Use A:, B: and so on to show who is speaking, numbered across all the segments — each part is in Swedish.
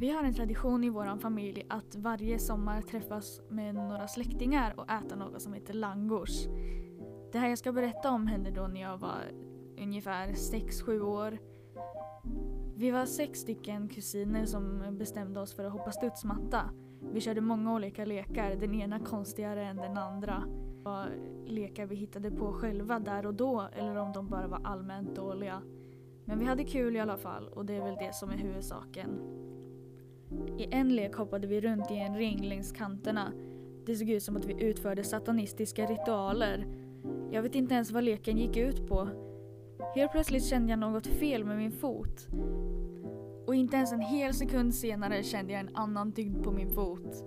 A: Vi har en tradition i vår familj att varje sommar träffas med några släktingar och äta något som heter langurs. Det här jag ska berätta om hände då när jag var ungefär 6-7 år. Vi var 6 stycken kusiner som bestämde oss för att hoppa studsmatta. Vi körde många olika lekar, den ena konstigare än den andra. Och lekar vi hittade på själva där och då, eller om de bara var allmänt dåliga. Men vi hade kul i alla fall, och det är väl det som är huvudsaken. I en lek hoppade vi runt i en ring längs kanterna. Det såg ut som att vi utförde satanistiska ritualer. Jag vet inte ens vad leken gick ut på. Helt plötsligt kände jag något fel med min fot. Och inte ens en hel sekund senare kände jag en annan tyngd på min fot.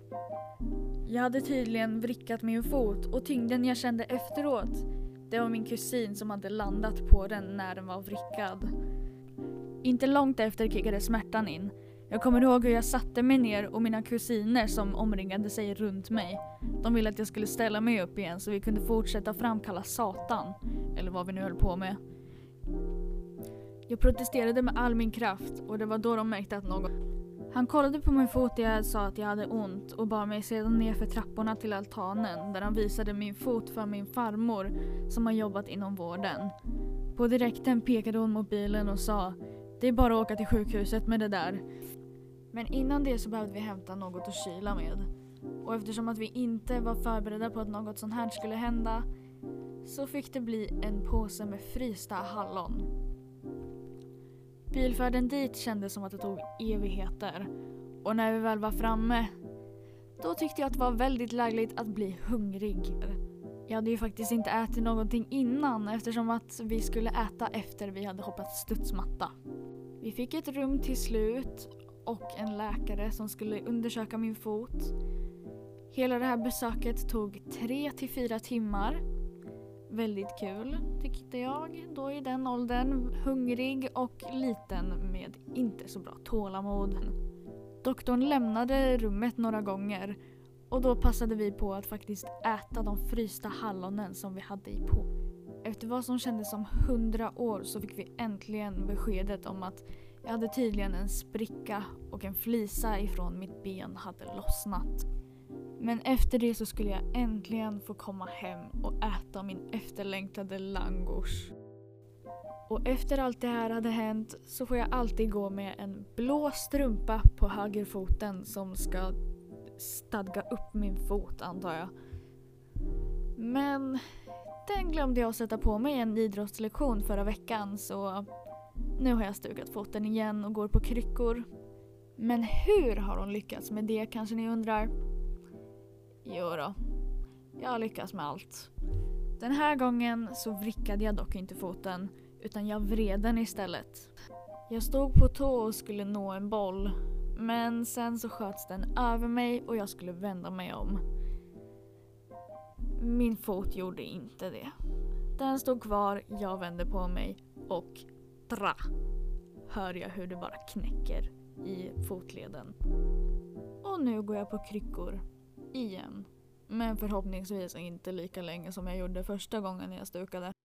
A: Jag hade tydligen vrickat min fot, och tyngden jag kände efteråt, det var min kusin som hade landat på den när den var vrickad. Inte långt efter kickade smärtan in. Jag kommer ihåg hur jag satte mig ner och mina kusiner som omringade sig runt mig. De ville att jag skulle ställa mig upp igen så vi kunde fortsätta framkalla Satan, eller vad vi nu höll på med. Jag protesterade med all min kraft, och det var då de märkte att någon... Han kollade på min fot och jag sa att jag hade ont och bar mig sedan ner för trapporna till altanen där han visade min fot för min farmor som har jobbat inom vården. På direkten pekade hon mot bilen och sa: "Det är bara att åka till sjukhuset med det där." Men innan det så behövde vi hämta något att kyla med. Och eftersom att vi inte var förberedda på att något sånt här skulle hända, så fick det bli en påse med frysta hallon. Bilfärden dit kändes som att det tog evigheter. Och när vi väl var framme, då tyckte jag att det var väldigt lägligt att bli hungrig. Jag hade ju faktiskt inte ätit någonting innan eftersom att vi skulle äta efter vi hade hoppat studsmatta. Vi fick ett rum till slut och en läkare som skulle undersöka min fot. Hela det här besöket tog 3-4 timmar. Väldigt kul tyckte jag då i den åldern, hungrig och liten med inte så bra tålamod. Doktorn lämnade rummet några gånger och då passade vi på att faktiskt äta de frysta hallonen som vi hade i på. Efter vad som kändes som 100 år så fick vi äntligen beskedet om att jag hade tydligen en spricka och en flisa ifrån mitt ben hade lossnat. Men efter det så skulle jag äntligen få komma hem och äta min efterlängtade langurs. Och efter allt det här hade hänt så får jag alltid gå med en blå strumpa på högerfoten som ska stadga upp min fot, antar jag. Men den glömde jag att sätta på mig en idrottslektion förra veckan, så nu har jag stukat foten igen och går på kryckor. Men hur har hon lyckats med det, kanske ni undrar? Jo då, jag har lyckats med allt. Den här gången så vrickade jag dock inte foten, utan jag vred den istället. Jag stod på tå och skulle nå en boll, men sen så sköts den över mig och jag skulle vända mig om. Min fot gjorde inte det. Den stod kvar, jag vände på mig och hör jag hur det bara knäcker i fotleden. Och nu går jag på kryckor igen. Men förhoppningsvis inte lika länge som jag gjorde första gången jag stukade.